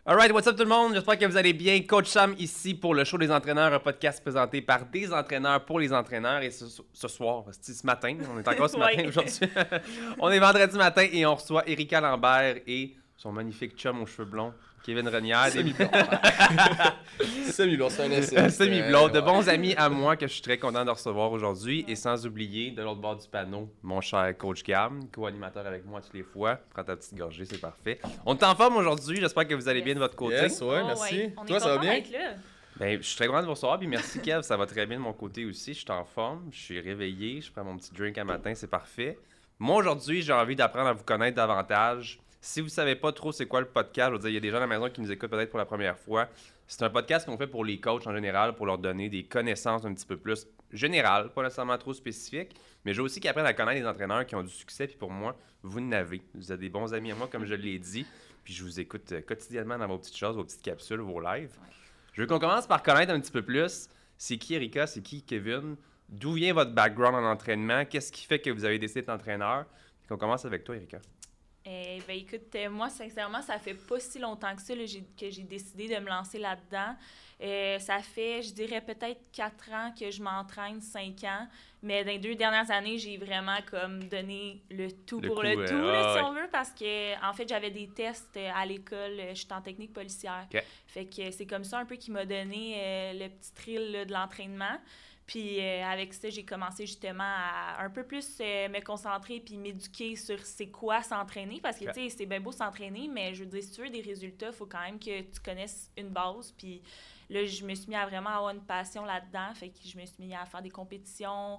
Alright, what's up tout le monde? J'espère que vous allez bien. Coach Sam ici pour le show des entraîneurs, un podcast présenté par des entraîneurs pour les entraîneurs. Et ce soir, ce matin, on est encore ce matin aujourd'hui. On est vendredi matin et on reçoit Erika Lambert et son magnifique chum aux cheveux blonds, Kevin Renière. Semi-blond. Semi-blond, c'est un essai. Semi-blond, de bons amis à moi que je suis très content de recevoir aujourd'hui. Et sans oublier, de l'autre bord du panneau, mon cher Coach Gab, co-animateur avec moi toutes les fois. Prends ta petite gorgée, c'est parfait. On est en forme aujourd'hui, j'espère que vous allez bien de votre côté. Yes, ouais, merci. Ouais. Toi, ça va bien? Ben, je suis très content de vous recevoir, puis merci Kev, ça va très bien de mon côté aussi. Je suis en forme, je suis réveillé, je prends mon petit drink à matin, c'est parfait. Moi aujourd'hui, j'ai envie d'apprendre à vous connaître davantage. Si vous savez pas trop c'est quoi le podcast, je veux dire, il y a des gens à la maison qui nous écoutent peut-être pour la première fois. C'est un podcast qu'on fait pour les coachs en général, pour leur donner des connaissances un petit peu plus générales, pas nécessairement trop spécifiques, mais je veux aussi qu'ils apprennent à connaître des entraîneurs qui ont du succès, puis pour moi, vous n'avez. Vous êtes des bons amis à moi, comme je l'ai dit, puis je vous écoute quotidiennement dans vos petites choses, vos petites capsules, vos lives. Je veux qu'on commence par connaître un petit peu plus. C'est qui Erika, c'est qui Kevin? D'où vient votre background en entraînement? Qu'est-ce qui fait que vous avez décidé d'être entraîneur? Puis qu'on commence avec toi, Erika. Écoute, moi, sincèrement, ça fait pas si longtemps que ça que j'ai décidé de me lancer là-dedans. Ça fait, je dirais, peut-être 4 ans que je m'entraîne, 5 ans. Mais dans les 2 dernières années, j'ai vraiment comme donné le tout pour le tout, là, si on veut, parce que en fait, j'avais des tests à l'école. Je suis en technique policière. Okay. Fait que c'est comme ça un peu qui m'a donné le petit thrill là, de l'entraînement. Puis avec ça, j'ai commencé justement à un peu plus me concentrer puis m'éduquer sur c'est quoi s'entraîner. Parce que, tu sais, c'est bien beau s'entraîner, mais je veux dire, si tu veux des résultats, il faut quand même que tu connaisses une base. Puis là, je me suis mis à vraiment avoir une passion là-dedans. Fait que je me suis mis à faire des compétitions,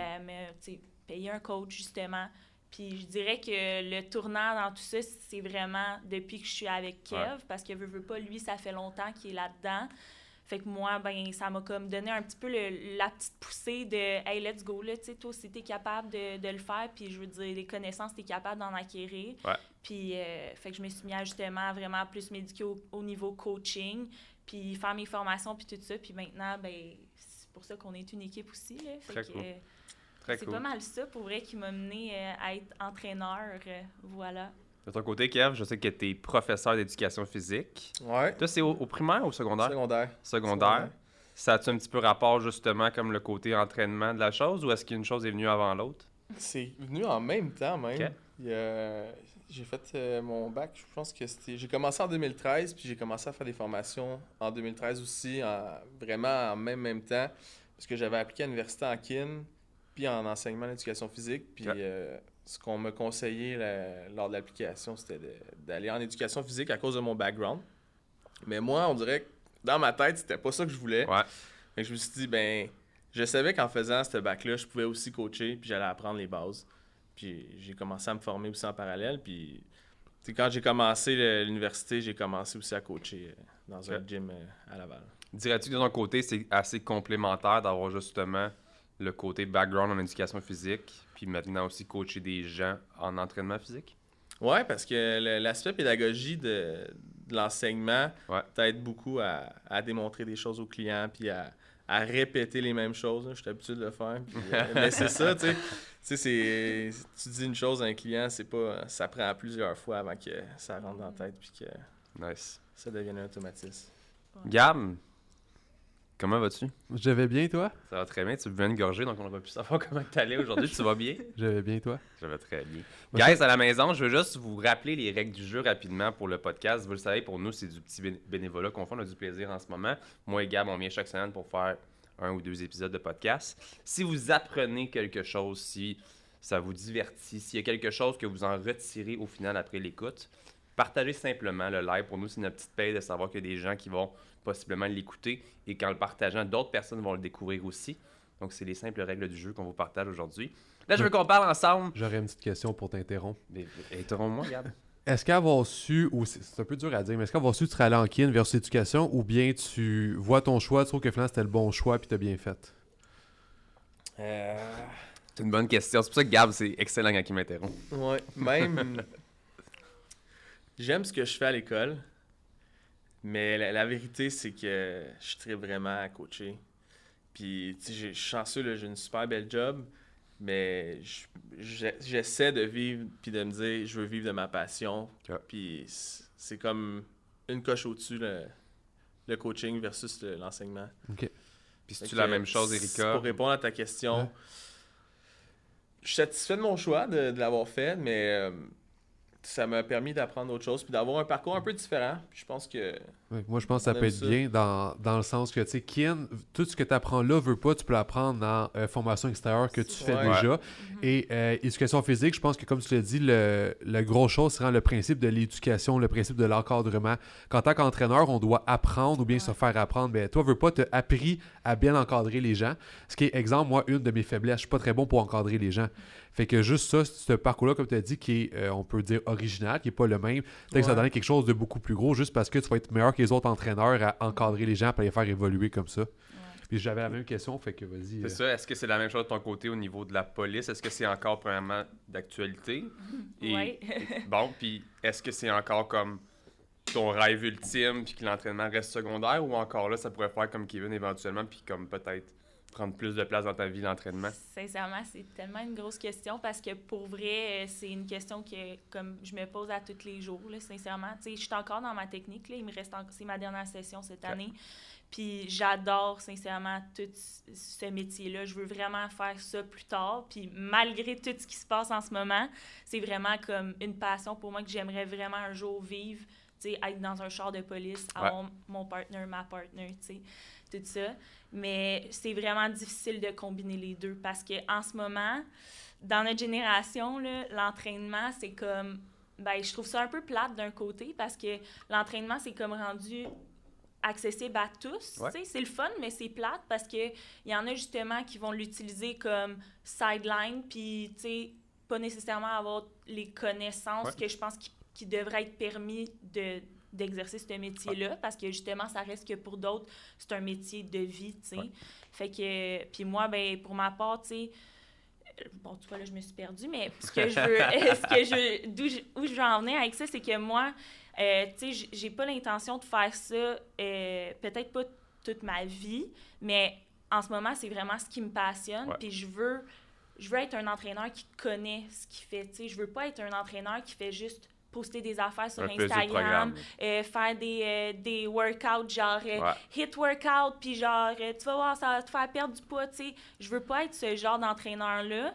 payer un coach, justement. Puis je dirais que le tournant dans tout ça, c'est vraiment depuis que je suis avec Kev. Parce que veut pas, lui, ça fait longtemps qu'il est là-dedans. Fait que moi, ben ça m'a comme donné un petit peu la petite poussée de « Hey, let's go, là, tu sais, toi aussi, t'es capable de le faire, puis je veux dire, les connaissances, t'es capable d'en acquérir. Ouais. » Puis, fait que je me suis mis à justement vraiment plus m'éduquer au niveau coaching, puis faire mes formations, puis tout ça. Puis maintenant, ben c'est pour ça qu'on est une équipe aussi, là. Fait Très que, cool. Très c'est cool. pas mal ça, pour vrai, qui m'a mené à être entraîneur, voilà. De ton côté, Kev, je sais que tu es professeur d'éducation physique. Ouais. Toi, c'est au primaire ou au secondaire? Secondaire. Ça a-tu un petit peu rapport, justement, comme le côté entraînement de la chose, ou est-ce qu'une chose est venue avant l'autre? C'est venu en même temps, même. Okay. J'ai fait mon bac, je pense que c'était... J'ai commencé en 2013, puis j'ai commencé à faire des formations en 2013 aussi, vraiment en même temps, parce que j'avais appliqué à l'université en kin, puis en enseignement d'éducation physique, puis... ce qu'on m'a conseillé lors de l'application, c'était d'aller en éducation physique à cause de mon background. Mais moi, on dirait que dans ma tête, c'était pas ça que je voulais. Ouais. Fait que je me suis dit, ben, je savais qu'en faisant ce bac-là, je pouvais aussi coacher, puis j'allais apprendre les bases. Puis j'ai commencé à me former aussi en parallèle. Puis quand j'ai commencé l'université, j'ai commencé aussi à coacher dans un gym à Laval. Dirais-tu que de ton côté, c'est assez complémentaire d'avoir justement le côté background en éducation physique, puis maintenant aussi coacher des gens en entraînement physique? Ouais, parce que l'aspect pédagogie de l'enseignement t'aide beaucoup à démontrer des choses aux clients, puis à répéter les mêmes choses. Là. Je suis habitué de le faire. Puis, mais c'est ça, tu sais. Tu dis une chose à un client, c'est pas, ça prend plusieurs fois avant que ça rentre dans la tête, puis que ça devienne un automatisme. Gab, comment vas-tu? Je vais bien, toi? Ça va très bien. Tu viens de gorger, donc on va plus savoir comment tu allais aujourd'hui. Tu vas bien? Je vais bien, toi? Je vais très bien. Guys, à la maison, je veux juste vous rappeler les règles du jeu rapidement pour le podcast. Vous le savez, pour nous, c'est du petit bénévolat qu'on fait. On a du plaisir en ce moment. Moi et Gab, on vient chaque semaine pour faire 1 ou 2 épisodes de podcast. Si vous apprenez quelque chose, si ça vous divertit, s'il y a quelque chose que vous en retirez au final après l'écoute, partagez simplement le live. Pour nous, c'est notre petite paye de savoir qu'il y a des gens qui vont possiblement l'écouter et qu'en le partageant, d'autres personnes vont le découvrir aussi. Donc, c'est les simples règles du jeu qu'on vous partage aujourd'hui. Là, je veux qu'on parle ensemble. J'aurais une petite question pour t'interrompre. Interromps-moi, Gab. Est-ce qu'avoir su, ou c'est un peu dur à dire, mais est-ce qu'avoir su tu serais allé en kin versus éducation, ou bien tu vois ton choix, tu trouves que finalement c'était le bon choix puis t'as bien fait? C'est une bonne question. C'est pour ça que Gab, c'est excellent quand il m'interrompt. Ouais, même... J'aime ce que je fais à l'école, mais la vérité, c'est que je tripe vraiment à coacher. Puis, tu sais, je suis chanceux, là, j'ai une super belle job, mais j'essaie de vivre puis de me dire, je veux vivre de ma passion. Okay. Puis, c'est comme une coche au-dessus le coaching versus l'enseignement. OK. Puis c'est-tu la même chose, Erika? Pour répondre à ta question, je suis satisfait de mon choix de l'avoir fait, mais ça m'a permis d'apprendre autre chose puis d'avoir un parcours un peu différent. Puis je pense que... Ouais, moi, je pense que ça On peut aime être ça. bien dans le sens que, tu sais, Kin, tout ce que tu apprends là, veux pas, tu peux l'apprendre en formation extérieure que tu fais Ouais. déjà. Et éducation physique, je pense que, comme tu l'as dit, le gros chose, c'est vraiment le principe de l'éducation, le principe de l'encadrement. Qu'en tant qu'entraîneur, on doit apprendre ou bien se faire apprendre. Ben, toi, veux pas, tu as appris à bien encadrer les gens. Ce qui est, exemple, moi, une de mes faiblesses, je suis pas très bon pour encadrer les gens. Fait que juste ça, ce parcours-là, comme tu as dit, qui est, on peut dire, original, qui est pas le même, peut-être que ça va donner quelque chose de beaucoup plus gros juste parce que tu vas être meilleur que les autres entraîneurs à encadrer les gens et à les faire évoluer comme ça. Puis j'avais la même question, fait que vas-y. C'est ça. Est-ce que c'est la même chose de ton côté au niveau de la police? Est-ce que c'est encore premièrement d'actualité? Oui. Bon, puis est-ce que c'est encore comme ton rêve ultime puis que l'entraînement reste secondaire ou encore là, ça pourrait faire comme Kevin éventuellement puis comme peut-être prendre plus de place dans ta vie l'entraînement? Sincèrement, c'est tellement une grosse question parce que pour vrai, c'est une question que comme je me pose à tous les jours, là, sincèrement. Tu sais, je suis encore dans ma technique, là, il me reste c'est ma dernière session cette année. Puis j'adore sincèrement tout ce métier-là. Je veux vraiment faire ça plus tard. Puis malgré tout ce qui se passe en ce moment, c'est vraiment comme une passion pour moi que j'aimerais vraiment un jour vivre. Tu sais, être dans un char de police, avoir mon partner, ma partner, tu sais, tout ça. Mais c'est vraiment difficile de combiner les deux parce qu'en ce moment, dans notre génération, là, l'entraînement, c'est comme... Ben, je trouve ça un peu plate d'un côté parce que l'entraînement, c'est comme rendu accessible à tous. Ouais. C'est le fun, mais c'est plate parce qu'il y en a justement qui vont l'utiliser comme sideline puis pas nécessairement avoir les connaissances que je pense qui devraient être permis d'exercer ce métier-là parce que justement, ça reste que pour d'autres, c'est un métier de vie, tu sais. Ouais. Fait que, puis moi, ben pour ma part, tu sais, bon, tu vois, là, je me suis perdue, mais ce que je veux, où je veux en venir avec ça, c'est que moi, tu sais, j'ai pas l'intention de faire ça, peut-être pas toute ma vie, mais en ce moment, c'est vraiment ce qui me passionne, puis je veux être un entraîneur qui connaît ce qu'il fait, tu sais, je veux pas être un entraîneur qui fait juste poster des affaires sur Instagram, faire des workouts genre hit workout, puis genre tu vas voir, ça va te faire perdre du poids, tu sais. Je veux pas être ce genre d'entraîneur-là.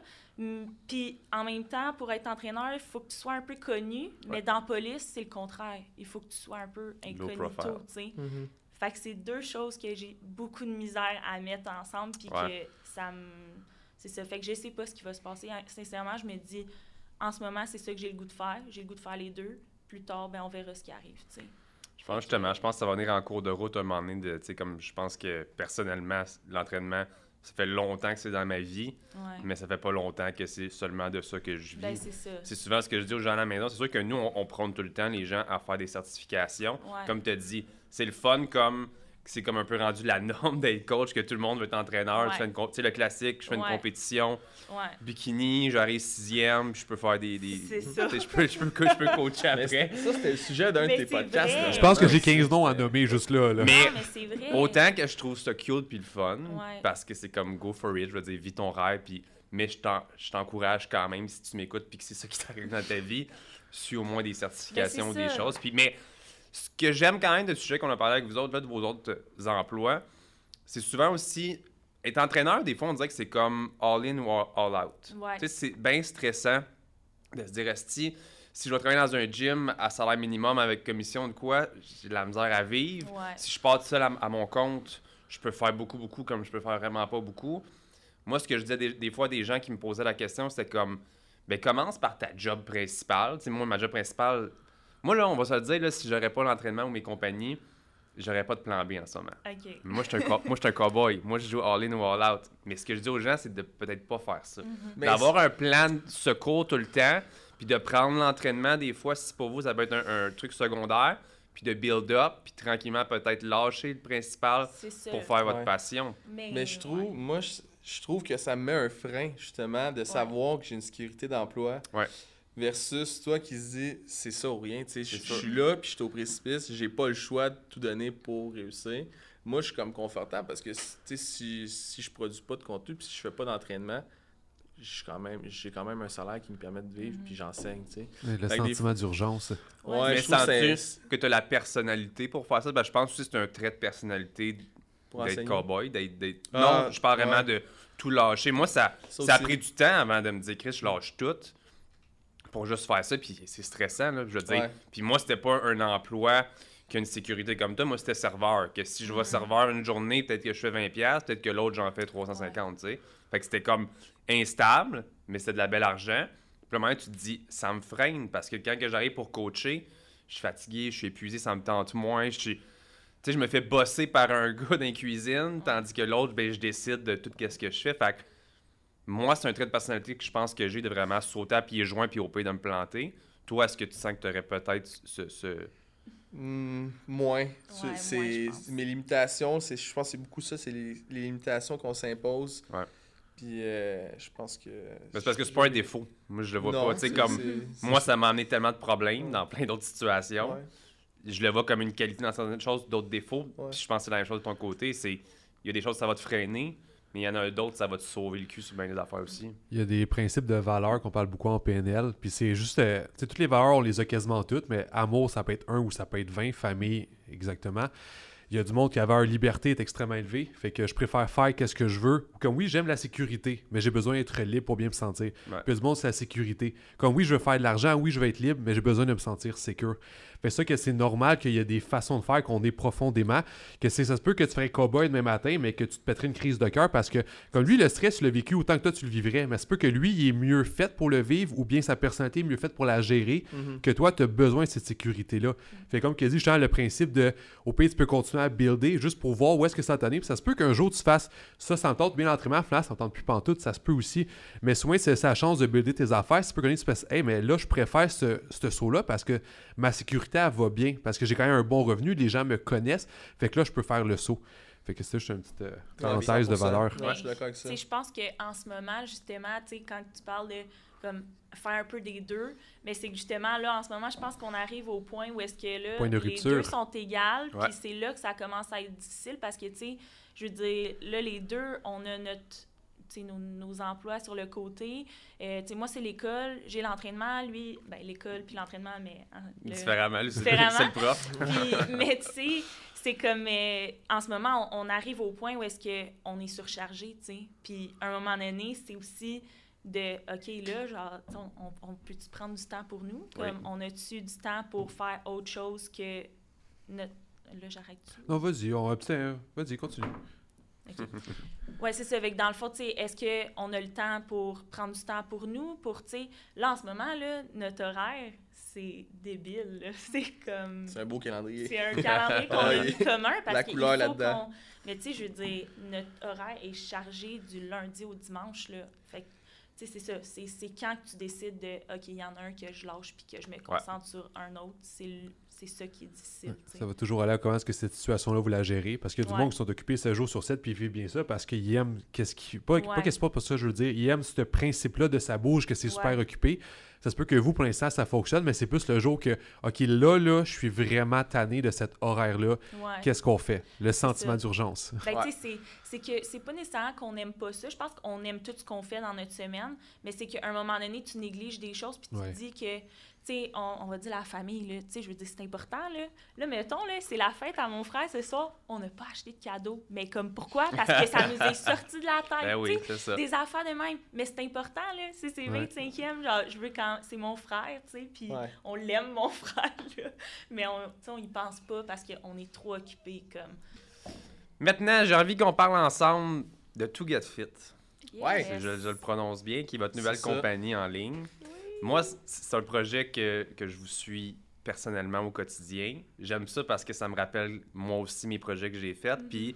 Puis en même temps, pour être entraîneur, il faut que tu sois un peu connu, mais dans la police, c'est le contraire. Il faut que tu sois un peu incognito, tu sais. Fait que c'est deux choses que j'ai beaucoup de misère à mettre ensemble, puis que ça me... C'est ça. Fait que je sais pas ce qui va se passer. Sincèrement, je me dis... En ce moment, c'est ça que j'ai le goût de faire. J'ai le goût de faire les deux. Plus tard, ben, on verra ce qui arrive, tu sais. Je pense justement, je pense que ça va venir en cours de route à un moment donné. Tu sais, comme je pense que personnellement, l'entraînement, ça fait longtemps que c'est dans ma vie, mais ça fait pas longtemps que c'est seulement de ça que je vis. Ben, c'est ça. C'est souvent ce que je dis aux gens à la maison. C'est sûr que nous, on prône tout le temps les gens à faire des certifications. Comme tu as dit, c'est le fun comme... C'est comme un peu rendu la norme d'être coach, que tout le monde veut être entraîneur. Tu sais, le classique, je fais une compétition, bikini, j'arrive 6e, puis je peux faire des... C'est ça. Je peux coacher après. Ça, c'était le sujet d'un de tes podcasts. Là. Je pense que j'ai 15 noms à nommer juste là. Mais c'est vrai. Autant que je trouve ça cute puis le fun, parce que c'est comme go for it, je veux dire, vis ton rêve, puis... mais je t'encourage quand même, si tu m'écoutes puis que c'est ça qui t'arrive dans ta vie, suis au moins des certifications ou des choses. Puis, mais ce que j'aime quand même de sujet qu'on a parlé avec vous autres, là, de vos autres emplois, c'est souvent aussi... Être entraîneur, des fois, on dirait que c'est comme all-in ou all-out. Ouais. Tu sais, c'est bien stressant de se dire, esti, si je vais travailler dans un gym à salaire minimum avec commission de quoi, j'ai de la misère à vivre. Ouais. Si je pars tout seul à mon compte, je peux faire beaucoup, comme je peux faire vraiment pas beaucoup. Moi, ce que je disais des fois à des gens qui me posaient la question, c'était comme, ben commence par ta job principale. Tu sais, moi, ma job principale... Moi, là, on va se le dire, là, si j'aurais pas l'entraînement ou mes compagnies, j'aurais pas de plan B en ce moment. Okay. Moi, je suis un cowboy. Moi, je joue all-in ou all-out. Mais ce que je dis aux gens, c'est de peut-être pas faire ça. D'avoir un plan de secours tout le temps, puis de prendre l'entraînement, des fois, si pour vous, ça peut être un truc secondaire, puis de build up, puis tranquillement, peut-être lâcher le principal pour faire votre passion. Mais je trouve, moi, je trouve que ça me met un frein, justement, de savoir que j'ai une sécurité d'emploi. Ouais. Versus toi qui se dis, c'est ça ou rien, tu sais, je suis là, puis je suis au précipice, j'ai pas le choix de tout donner pour réussir. Moi, je suis comme confortable parce que, tu sais, si je produis pas de contenu, puis si je fais pas d'entraînement, j'ai quand même un salaire qui me permet de vivre, puis j'enseigne, tu sais. Le Fait que sentiment d'urgence. Ouais, Mais je trouve que sens-tu que tu as la personnalité pour faire ça? Ben, je pense aussi que c'est un trait de personnalité pour d'être enseigner. cowboy. Ah, non, je parle vraiment ouais. de tout lâcher. Moi, ça a aussi. pris du temps avant de me dire, Chris, je lâche tout pour juste faire ça. Puis c'est stressant, là, je veux dire. Ouais. Puis moi, c'était pas un emploi qui a une sécurité comme toi. Moi, c'était serveur. Que si je vais serveur une journée, peut-être que je fais 20$, peut-être que l'autre, j'en fais 350$, tu sais. Fait que c'était comme instable, mais c'était de la belle argent. Puis à un moment, tu te dis, ça me freine parce que quand que j'arrive pour coacher, je suis fatigué, je suis épuisé, ça me tente moins. Tu sais, je me fais bosser par un gars dans la cuisine, tandis que l'autre, ben, je décide de tout ce que je fais. Fait que moi, c'est un trait de personnalité que je pense que j'ai de vraiment sauter à pieds joints puis au pays de me planter. Toi, est-ce que tu sens que tu aurais peut-être Moins. Ouais, moins, je pense. Mes limitations, je pense que c'est beaucoup ça, c'est les limitations qu'on s'impose. Ouais. Puis je pense que... Mais c'est parce que c'est pas un défaut. Moi, je le vois Non, pas. Tu sais, comme moi, ça m'a amené tellement de problèmes dans plein d'autres situations. Ouais. Je le vois comme une qualité dans certaines choses, d'autres défauts. Ouais. Puis je pense que c'est la même chose de ton côté. Il y a des choses, ça va te freiner, mais il y en a d'autres, ça va te sauver le cul sur bien des affaires aussi. Il y a des principes de valeurs qu'on parle beaucoup en PNL, puis c'est juste, tu sais, toutes les valeurs, on les a quasiment toutes, mais amour, ça peut être 1 ou ça peut être 20, famille, exactement. Il y a du monde qui a valeur liberté est extrêmement élevée, fait que je préfère faire qu'est-ce que je veux. Comme oui, j'aime la sécurité, mais j'ai besoin d'être libre pour bien me sentir. Ouais. Puis il y a du monde, c'est la sécurité. Comme oui, je veux faire de l'argent, oui, je veux être libre, mais j'ai besoin de me sentir secure. Fait ça que c'est normal qu'il y a des façons de faire qu'on est profondément, que ça se peut que tu ferais cowboy demain matin, mais que tu te pèterais une crise de cœur parce que, comme lui, le stress, tu l'as vécu autant que toi, tu le vivrais, mais ça se peut que lui, il est mieux fait pour le vivre ou bien sa personnalité est mieux faite pour la gérer, que toi, tu as besoin de cette sécurité-là. Fait comme qu'il dit, justement, le principe de, au pays, tu peux continuer à builder juste pour voir où est-ce que ça t'en est, puis ça se peut qu'un jour, tu fasses ça sans tente, bien l'entraînement, finalement, ça tente plus pantoute, ça se peut aussi, mais souvent, c'est la chance de builder tes affaires, ça peut que tu fasses, hey, mais là, je préfère ce saut-là parce que ma sécurité, elle va bien, parce que j'ai quand même un bon revenu, les gens me connaissent, fait que là, je peux faire le saut. Fait que c'est juste une petite parenthèse de 100%. valeur. Ouais, je suis d'accord avec ça. Je pense qu'en ce moment, justement, quand tu parles de comme, faire un peu des deux, mais c'est que justement, là, en ce moment, je pense qu'on arrive au point où est-ce que là, Point de les rupture. deux sont égales, Ouais. puis c'est là que ça commence à être difficile parce que, tu sais, je veux dire, là, les deux, on a nos emplois sur le côté. Moi, c'est l'école, j'ai l'entraînement, lui, l'école puis l'entraînement, mais... Différemment, lui, c'est Différemment. le prof. Puis, mais tu sais, c'est comme, en ce moment, on arrive au point où est-ce qu'on est surchargé, tu sais. Puis, à un moment donné, c'est aussi de, OK, là, genre, on peut-tu prendre du temps pour nous? Comme, Oui. on a-tu du temps pour faire autre chose que notre... Là, j'arrête-tu? Non, vas-y, vas-y, continue. OK. Ouais, c'est ça. Fait que dans le fond, tu sais, est-ce qu'on a le temps pour prendre du temps pour nous? Pour, tu sais, là, en ce moment, là, notre horaire, c'est débile, là. C'est comme... C'est un beau calendrier. C'est un calendrier qu'on a mis commun parce La qu'il couleur faut là-dedans. qu'on... Mais tu sais, je veux dire, notre horaire est chargé du lundi au dimanche, là. Fait que, tu sais, c'est ça. C'est quand que tu décides de, OK, il y en a un que je lâche puis que je me concentre sur un autre. C'est ça qui est difficile, tu sais. Ça va toujours aller à comment est-ce que cette situation-là, vous la gérez. Parce qu'il y a du Ouais. monde qui sont occupés 7 jours sur 7 puis ils vivent bien ça parce qu'ils aiment qu'est-ce qui... Pas Ouais. qu'est-ce pas ça, je veux dire. Ils aiment ce principe-là de sa bouge, que c'est super Ouais. occupé. Ça se peut que vous, pour l'instant, ça fonctionne, mais c'est plus le jour que, OK, là, je suis vraiment tanné de cet horaire-là. Ouais. Qu'est-ce qu'on fait? Le sentiment ça. d'urgence. Fait que, Ouais. tu sais, c'est que c'est pas nécessairement qu'on n'aime pas ça. Je pense qu'on aime tout ce qu'on fait dans notre semaine, mais c'est qu'à un moment donné, tu négliges des choses puis tu Ouais. te dis que, tu sais, on va dire la famille, là, tu sais, je veux dire, c'est important, là. Là, mettons, là, c'est la fête à mon frère ce soir, on n'a pas acheté de cadeau. Mais comme, pourquoi? Parce que ça nous est sorti de la tête, Ben oui, tu sais. c'est ça. Des affaires de même. Mais c'est important, là. C'est ses Ouais. 25e, genre, je veux quand c'est mon frère, tu sais, puis Ouais. on l'aime, mon frère, là. Mais on y pense pas parce qu'on est trop occupés, comme... Maintenant, j'ai envie qu'on parle ensemble de To Get Fit. Ouais. Yes. Je le prononce bien, qui est votre nouvelle C'est ça. compagnie en ligne. Moi, c'est un projet que je vous suis personnellement au quotidien. J'aime ça parce que ça me rappelle moi aussi mes projets que j'ai faits. Puis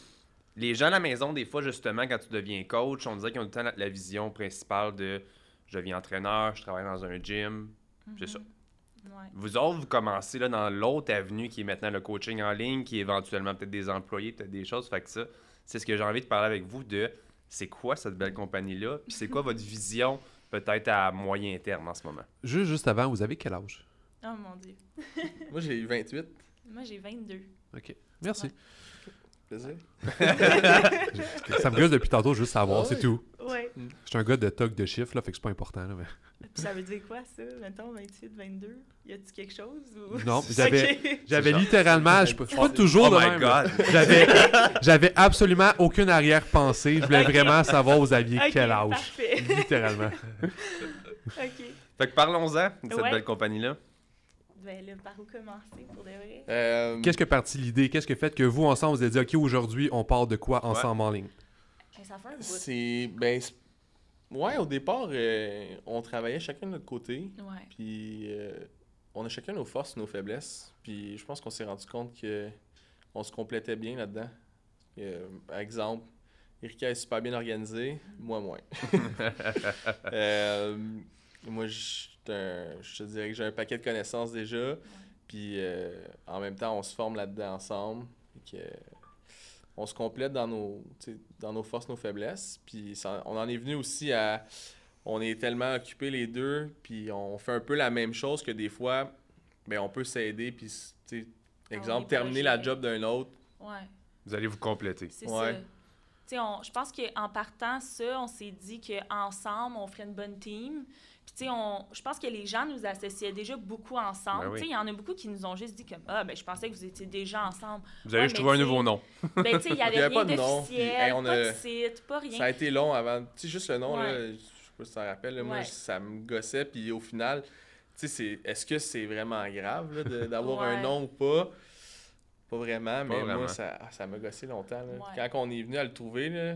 les gens à la maison, des fois, justement, quand tu deviens coach, on dirait qu'ils ont tout le temps la vision principale de je deviens entraîneur, je travaille dans un gym. C'est ça. Ouais. Vous autres, vous commencez là, dans l'autre avenue qui est maintenant le coaching en ligne, qui est éventuellement peut-être des employés, peut-être des choses. Fait que ça, c'est ce que j'ai envie de parler avec vous de c'est quoi cette belle compagnie-là, puis c'est quoi votre vision peut-être à moyen terme en ce moment. Juste avant, vous avez quel âge? Oh mon Dieu. Moi, j'ai eu 28. Moi, j'ai 22. OK. Merci. Ouais. Plaisir. Ça me gosse depuis tantôt, juste savoir, Ah c'est oui. tout. Ouais. Je suis un gars de toc de chiffres, là, fait que c'est pas important. Là, mais... Puis ça veut dire quoi, ça? Mettons, 28, 22? Y a-tu quelque chose? Ou... Non, j'avais Ok. j'avais genre- littéralement, je suis pas toujours Oh de my même. là. god! J'avais absolument aucune arrière-pensée. Je voulais Ok. vraiment savoir vous aviez Ok, quel âge. parfait. Littéralement. OK. Fait que parlons-en de cette Ouais. belle compagnie-là. Ben là, par où commencer, pour de vrai? Qu'est-ce que partit l'idée? Qu'est-ce que fait que vous, ensemble, vous avez dit, OK, aujourd'hui, on part de quoi ensemble en ligne? Ça fait un bout. C'est... Ouais, au départ, on travaillait chacun de notre côté. Ouais. Puis on a chacun nos forces, nos faiblesses. Puis je pense qu'on s'est rendu compte que on se complétait bien là-dedans. Par exemple, Erika est super bien organisée, moi moins. Moi, je te dirais que j'ai un paquet de connaissances déjà. Puis en même temps, on se forme là-dedans ensemble. Fait que, on se complète dans nos forces, nos faiblesses. Puis on en est venu aussi à... On est tellement occupés les deux, puis on fait un peu la même chose que des fois, ben on peut s'aider, puis, tu sais, exemple, les terminer la projets. job d'un autre. Ouais, Vous allez vous compléter. c'est Ouais. ça. Tu sais, je pense qu'en partant ça, on s'est dit qu'ensemble, on ferait une bonne team. Puis, tu sais, je pense que les gens nous associaient déjà beaucoup ensemble. Ben oui. Tu sais, il y en a beaucoup qui nous ont juste dit comme « Ah, ben je pensais que vous étiez déjà ensemble. » Vous allez Ouais, juste mais trouver un tu sais, nouveau nom. Ben, tu sais, il n'y Il y avait avait rien pas de nom. d'officiel, Puis, hey, on pas a- de site, pas rien. Ça a été long avant. Tu sais, juste le nom, Ouais. là, je sais pas si tu t'en rappelles, là, moi, Ouais. ça me gossait, puis au final, tu sais, est-ce que c'est vraiment grave là, d'avoir un Ouais. nom ou pas? Pas vraiment, mais vraiment. moi, ça m'a gossé longtemps. Là. Ouais. Quand on est venu à le trouver, là,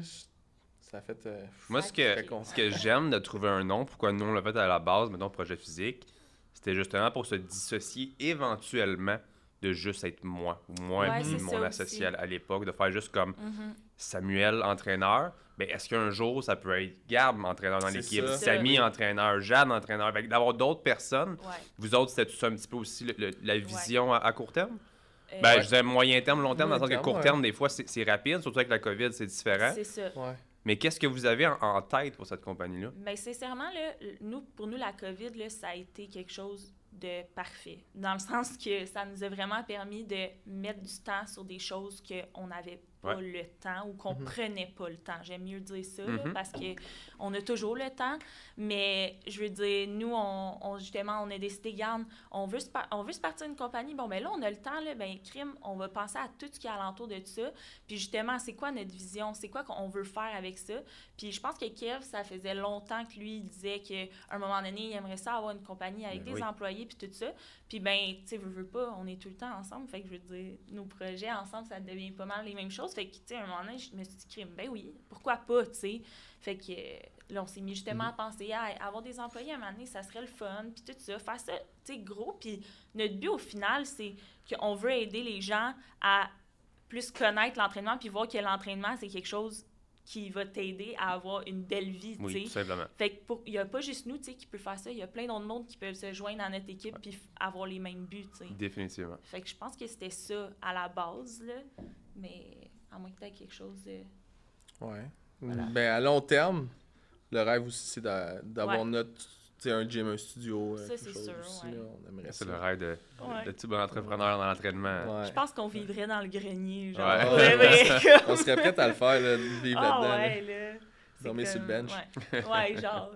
ça a fait... Moi, Très con. ce que j'aime de trouver un nom, pourquoi nous on l'a fait à la base, mettons projet physique, c'était justement pour se dissocier éventuellement de juste être moi, ou moi Ouais, et c'est mon ça associé aussi. à l'époque, de faire juste comme Mhm. Samuel, entraîneur. Ben, est-ce qu'un jour, ça peut être Gab, entraîneur dans C'est l'équipe, ça. Samy, entraîneur, Jeanne, entraîneur. Fait que d'avoir d'autres personnes, Ouais. vous autres, c'était tout ça un petit peu aussi la vision à court terme? Ben, Ouais. je disais moyen terme, long terme, dans le sens que Moyen court terme, terme, des fois, c'est rapide, surtout avec la COVID, c'est différent. C'est ça. Ouais. Mais qu'est-ce que vous avez en tête pour cette compagnie-là? Mais sincèrement, là, pour nous, la COVID, là, ça a été quelque chose de parfait. Dans le sens que ça nous a vraiment permis de mettre du temps sur des choses qu'on n'avait pas le temps ou qu'on prenait pas le temps. J'aime mieux dire ça, là, Mhm. parce qu'on a toujours le temps. Mais je veux dire, nous, justement, on a décidé, regarde, on veut se partir d'une compagnie. Bon, ben là, on a le temps, là, ben crime, on va penser à tout ce qui est alentour de ça. Puis justement, c'est quoi notre vision? C'est quoi qu'on veut faire avec ça? Puis je pense que Kev, ça faisait longtemps que lui, il disait qu'à un moment donné, il aimerait ça avoir une compagnie avec Ben des oui. employés puis tout ça. Puis ben, tu sais, veux pas, on est tout le temps ensemble. Fait que je veux dire, nos projets ensemble, ça devient pas mal les mêmes choses. Fait que, tu sais, à un moment donné, je me suis dit, crime, ben oui, pourquoi pas, tu sais? Fait que là, on s'est mis justement à penser à avoir des employés à un moment donné, ça serait le fun, puis tout ça, faire ça, tu sais, gros. Puis notre but, au final, c'est qu'on veut aider les gens à plus connaître l'entraînement puis voir que l'entraînement, c'est quelque chose qui va t'aider à avoir une belle vie, tu sais. Oui, tout simplement. Fait que il n'y a pas juste nous, tu sais, qui peut faire ça. Il y a plein d'autres mondes qui peuvent se joindre à notre équipe puis avoir les mêmes buts, tu sais. Définitivement. Fait que je pense que c'était ça à la base, là. Mais à moins que tu aies quelque chose de... Ouais. Voilà. Ben, à long terme, le rêve aussi, c'est d'avoir Ouais. notre, tu sais, un gym, un studio. Ça, quelque c'est chose sûr, aussi, ouais. là, on aimerait C'est ça. le rêve Ouais. de tout bon entrepreneur dans l'entraînement. Ouais. Je pense qu'on vivrait dans le grenier, genre. Ouais. Ouais, ouais. On serait prêt à le faire, là, de vivre Ah là-dedans. là. ouais, là. C'est Dormir sur le bench. Ouais, ouais genre.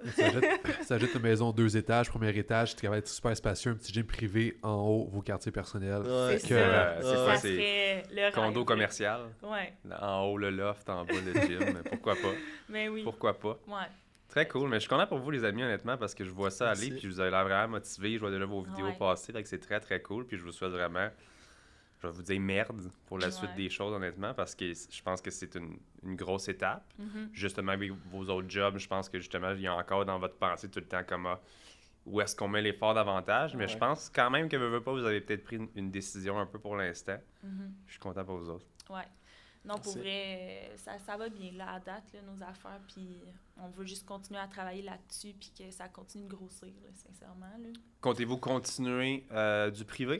Ça jette une maison 2 étages, premier étage, qui va être super spacieux, un petit gym privé en haut, vos quartiers personnels. Ouais. C'est que, ça. c'est Ça quoi, c'est serait le rêve. Condo commercial. Ouais, En haut, le loft, en bas, le gym. Pourquoi pas? mais oui. Pourquoi pas? Ouais. Très cool. Mais je suis content pour vous, les amis, honnêtement, parce que je vois ça aller, Merci. puis vous avez l'air vraiment motivé. Je vois déjà vos vidéos Ouais. passer, donc c'est très, très cool. Puis je vous souhaite vraiment, je vais vous dire merde pour la suite Ouais. des choses, honnêtement, parce que je pense que c'est une grosse étape. Mhm. Justement, avec vos autres jobs, je pense que justement, il y a encore dans votre pensée tout le temps comme où est-ce qu'on met l'effort davantage. Mais je Ouais. pense quand même que veux pas, vous avez peut-être pris une décision un peu pour l'instant. Mhm. Je suis content pour vous autres. Ouais. Non, pour Merci. vrai, ça va bien, là, à date, là, nos affaires, puis on veut juste continuer à travailler là-dessus, puis que ça continue de grossir, là, sincèrement, là. Comptez-vous continuer du privé?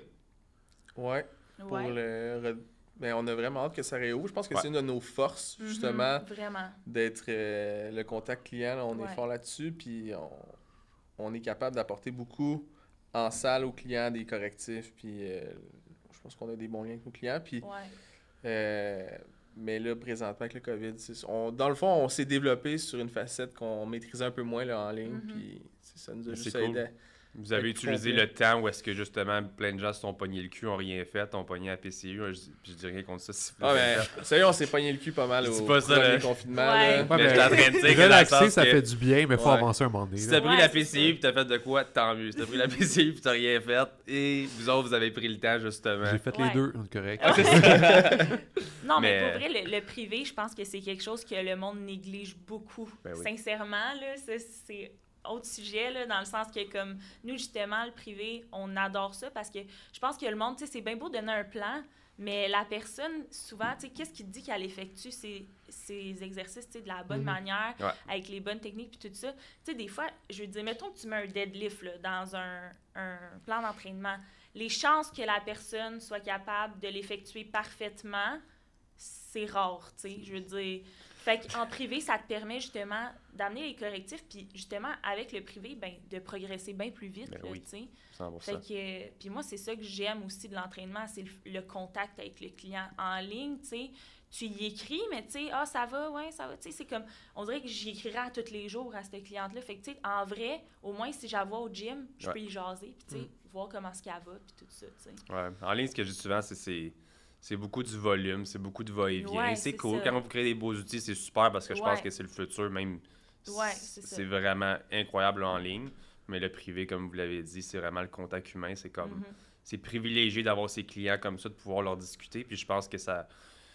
Ouais. Pour Ouais. ben, on a vraiment hâte que ça réouvre. Je pense que Ouais. c'est une de nos forces, Mhm, justement, Vraiment. d'être le contact client. Là, on Ouais. est fort là-dessus, puis on est capable d'apporter beaucoup en salle aux clients, des correctifs, puis je pense qu'on a des bons liens avec nos clients. Puis Ouais. euh, Mais là, présentement, avec le COVID, dans le fond, on s'est développé sur une facette qu'on maîtrisait un peu moins là, en ligne. Puis ça nous a C'est juste cool. aidé. Vous avez utilisé le temps où est-ce que justement plein de gens se sont pognés le cul, ont rien fait, ont pogné la PCU. Je dis rien contre ça. Si vous Ah, l'avez mais fait. sérieux, on s'est pogné le cul pas mal C'est au pas ça, premier là. confinement. Ouais. Là. Ouais, Mais je suis en train de dire que dans le relaxer, sens ça que fait du bien, mais faut Ouais. avancer un moment donné. si là. t'as pris Ouais, la c'est PCU puis t'as fait de quoi, tant mieux. Si t'as pris la PCU puis t'as rien fait, et vous autres, vous avez pris le temps justement. J'ai fait Ouais. les deux, correct. Non, mais Mais- pour vrai, le privé, je pense que c'est quelque chose que le monde néglige beaucoup. Ben oui. Sincèrement, là, c'est autre sujet, là, dans le sens que, comme nous, justement, le privé, on adore ça parce que je pense que le monde, tu sais, c'est bien beau de donner un plan, mais la personne, souvent, tu sais, qu'est-ce qui te dit qu'elle effectue ces exercices, tu sais, de la bonne manière, Ouais. avec les bonnes techniques puis tout ça. Tu sais, des fois, je veux dire, mettons que tu mets un deadlift là, dans un plan d'entraînement. Les chances que la personne soit capable de l'effectuer parfaitement, c'est rare, tu sais, je veux dire. Fait qu'en privé, ça te permet justement d'amener les correctifs, puis justement, avec le privé, ben, de progresser bien plus vite, Ben là, oui. tu sais. 100%. Fait que, puis moi, c'est ça que j'aime aussi de l'entraînement, c'est le contact avec le client en ligne, tu sais. Tu y écris, mais tu sais, ah, ça va, ouais, ça va, tu sais, c'est comme, on dirait que j'y écrirais à tous les jours à cette cliente-là. Fait que, tu sais, en vrai, au moins, si je la vois au gym, je peux y jaser, puis tu sais, voir comment est-ce qu'elle va, puis tout ça, tu sais. Ouais. En ligne, ce que je dis souvent, c'est beaucoup du volume, c'est beaucoup de va-et-vient. Ouais, c'est c'est cool. ça. Quand vous créez des beaux outils, c'est super parce que je pense Ouais. que c'est le futur, même. Ouais, c'est ça. C'est vraiment incroyable en ligne. Mais le privé, comme vous l'avez dit, c'est vraiment le contact humain. C'est comme. C'est privilégié d'avoir ses clients comme ça, de pouvoir leur discuter. Puis je pense que ça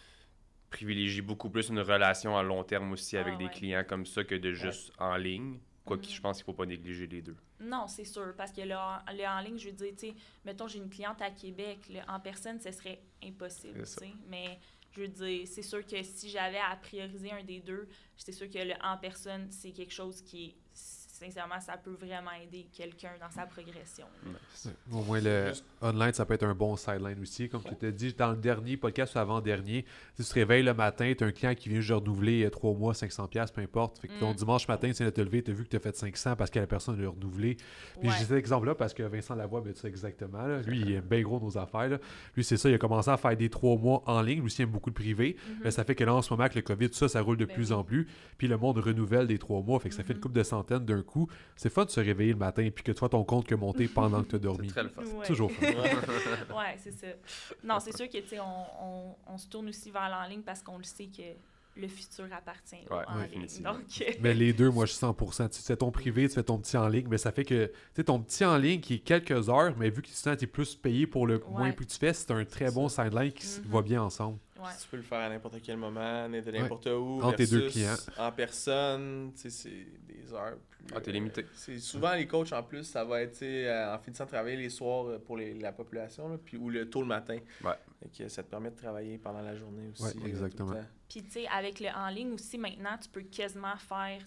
privilégie beaucoup plus une relation à long terme aussi avec des ouais. clients comme ça que de juste en ligne. Quoique je pense qu'il ne faut pas négliger les deux. Non, c'est sûr, parce que le en ligne, je veux dire, tu sais, mettons, j'ai une cliente à Québec, en personne, ce serait impossible, tu C'est ça. sais, mais je veux dire, c'est sûr que si j'avais à prioriser un des deux, c'est sûr que le en personne, c'est quelque chose qui, sincèrement, ça peut vraiment aider quelqu'un dans sa progression. Nice. Au moins, le Juste- online, ça peut être un bon sideline aussi. Comme tu t'as dit dans le dernier podcast ou avant-dernier, si tu te réveilles le matin, tu as un client qui vient juste de renouveler 3 mois, 500$, peu importe. Fait que ton dimanche matin, tu viens de te lever, tu as vu que tu as fait 500 parce que la personne l'a renouvelé. Puis Ouais. j'ai cet exemple-là parce que Vincent Lavoie met ça exactement. Là. Lui, il aime bien gros nos affaires. Là. Lui, c'est ça, il a commencé à faire des 3 mois en ligne. Lui aussi, il aime beaucoup le privé. Mais ça fait que là, en ce moment, avec le COVID, ça roule de Ben plus oui. en plus. Puis le monde renouvelle des 3 mois. Fait que ça fait une couple de centaines d'un coup. C'est fun de se réveiller le matin puis que tu vois ton compte que monter pendant que tu as C'est dormi. très le fun. Ouais. Toujours fun. Ouais, c'est ça. Non, c'est sûr que, tu sais, on se tourne aussi vers l'en ligne parce qu'on le sait que le futur appartient Ouais, en ligne. définitivement. Donc, Mais les deux, moi, je suis 100%. Tu fais ton privé, tu fais ton petit en ligne, mais ça fait que, tu sais, ton petit en ligne qui est quelques heures, mais vu que tu es plus payé pour le moins que tu fais, c'est un très bon sideline qui va bien ensemble. ouais. Tu peux le faire à n'importe quel moment, de n'importe où. Entre tes deux versus clients. En personne, tu sais, c'est des heures plus. Ah, t'es limité. C'est souvent les coachs en plus, ça va être tu sais, en finissant de travailler les soirs pour la population, là, puis, ou le tôt le matin. Ouais. Fait que ça te permet de travailler pendant la journée aussi. Ouais, tout le exactement. temps. Puis, tu sais, avec le en ligne aussi, maintenant, tu peux quasiment faire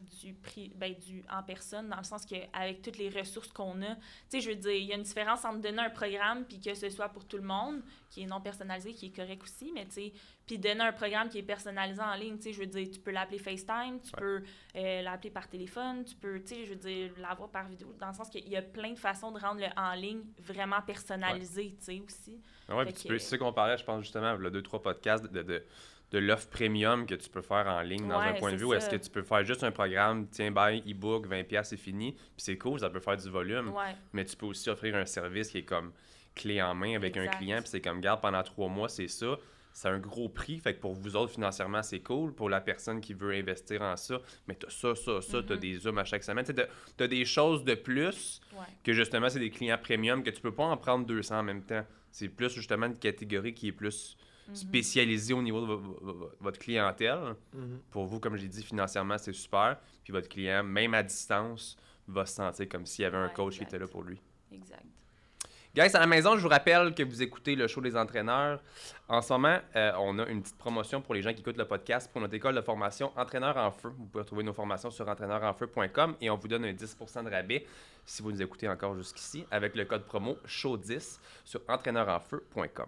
du en personne, dans le sens qu'avec toutes les ressources qu'on a, tu sais, je veux dire, il y a une différence entre donner un programme puis que ce soit pour tout le monde, qui est non personnalisé, qui est correct aussi, mais tu sais, puis donner un programme qui est personnalisé en ligne, tu sais, je veux dire, tu peux l'appeler FaceTime, tu peux l'appeler par téléphone, tu peux, tu sais, je veux dire, l'avoir par vidéo, dans le sens qu'il y a plein de façons de rendre le en ligne vraiment personnalisé, tu sais, aussi. Ouais, Fait puis tu que- peux, c'est ça qu'on parlait, je pense, justement, le 2-3 podcasts de l'offre premium que tu peux faire en ligne dans un Ouais, point de c'est vue où est-ce ça. que tu peux faire juste un programme, tiens, bye, e-book, 20$, c'est fini, puis c'est cool, ça peut faire du volume, Ouais. mais tu peux aussi offrir un service qui est comme clé en main avec un Exact. client, puis c'est comme, garde, pendant 3 mois, c'est ça. C'est un gros prix, fait que pour vous autres, financièrement, c'est cool. Pour la personne qui veut investir en ça, mais t'as ça, t'as des zooms à chaque semaine. T'as des choses de plus Ouais. que justement, c'est des clients premium que tu peux pas en prendre 200 en même temps. C'est plus justement une catégorie qui est plus spécialisée au niveau de votre clientèle. Mhm. Pour vous, comme j'ai dit, financièrement, c'est super. Puis votre client, même à distance, va se sentir comme s'il y avait un Ouais, coach qui exact. était là pour lui. Exact. Guys, à la maison, je vous rappelle que vous écoutez le show des entraîneurs. En ce moment, on a une petite promotion pour les gens qui écoutent le podcast pour notre école de formation Entraîneur en Feu. Vous pouvez retrouver nos formations sur entraîneurenfeu.com et on vous donne un 10% de rabais si vous nous écoutez encore jusqu'ici avec le code promo SHOW10 sur entraîneurenfeu.com.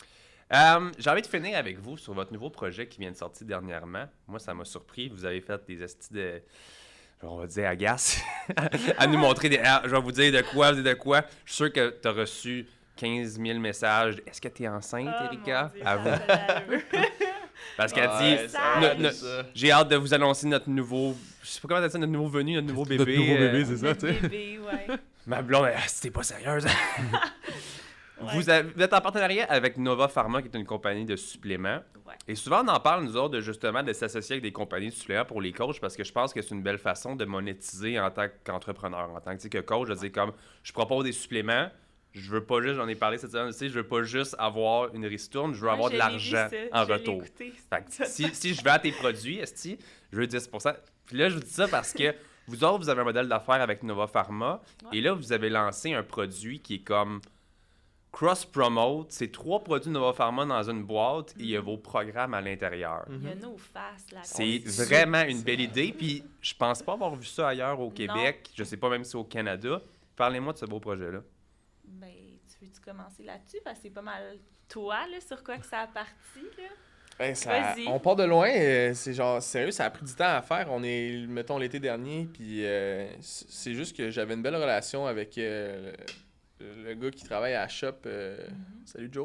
J'ai envie de finir avec vous sur votre nouveau projet qui vient de sortir dernièrement. Moi, ça m'a surpris. Vous avez fait des estis de... on va dire agace, à nous montrer des... je vais vous dire de quoi, Je suis sûr que tu as reçu 15 000 messages. Est-ce que tu es enceinte, Oh, Erika? mon Dieu, À vous. ça fait l'allure. Parce qu'elle Ouais, dit, ça, no- no- ça. j'ai hâte de vous annoncer notre nouveau, je sais pas comment t'as dit, notre nouveau venu, notre nouveau bébé. Notre nouveau bébé, c'est ça, Notre tu sais. bébé, ouais. Ma blonde, c'était pas sérieuse. Ouais. Vous êtes en partenariat avec Nova Pharma, qui est une compagnie de suppléments. Ouais. Et souvent, on en parle, nous autres, justement, de s'associer avec des compagnies de suppléments pour les coachs, parce que je pense que c'est une belle façon de monétiser en tant qu'entrepreneur, en tant que coach. Je veux dire, comme, je propose des suppléments, je veux pas juste, j'en ai parlé cette semaine aussi, je veux pas juste avoir une ristourne, je veux avoir de l'argent en retour. Fait que si je vends tes produits, esti, je veux 10%. Puis là, je vous dis ça parce que vous autres, vous avez un modèle d'affaires avec Nova Pharma, Ouais. et là, vous avez lancé un produit qui est comme cross-promote. C'est 3 produits Nova Pharma dans une boîte et il y a vos programmes à l'intérieur. Il y a nos faces là. C'est C'est vraiment une belle idée, puis je pense pas avoir vu ça ailleurs au Québec, je sais pas même si au Canada. Parlez-moi de ce beau projet-là. Ben, tu veux-tu commencer là-dessus? Parce que c'est pas mal toi, là, sur quoi que ça a parti, là. Ben, Vas-y. on part de loin, c'est genre sérieux, ça a pris du temps à faire. On est, mettons, l'été dernier, puis c'est juste que j'avais une belle relation avec le gars qui travaille à la shop. Salut Joe.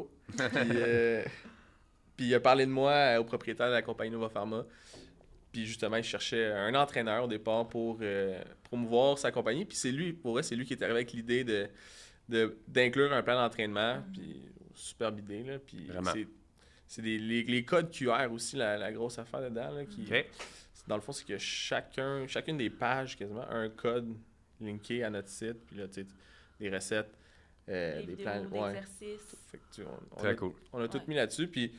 Puis il a parlé de moi au propriétaire de la compagnie Nova Pharma. Puis justement, il cherchait un entraîneur au départ pour promouvoir sa compagnie. Puis c'est lui, pour vrai, c'est lui qui est arrivé avec l'idée d'inclure un plan d'entraînement. Puis superbe idée, là. Puis Vraiment. c'est les codes QR aussi, la grosse affaire dedans, là, qui... OK. Dans le fond, c'est que chacune des pages, quasiment, a un code linké à notre site. Puis là, tu sais, des recettes, Des des vidéos plans. Ouais. d'exercices. Fait que, tu sais, Très cool. on a tout Ouais. mis là-dessus. Puis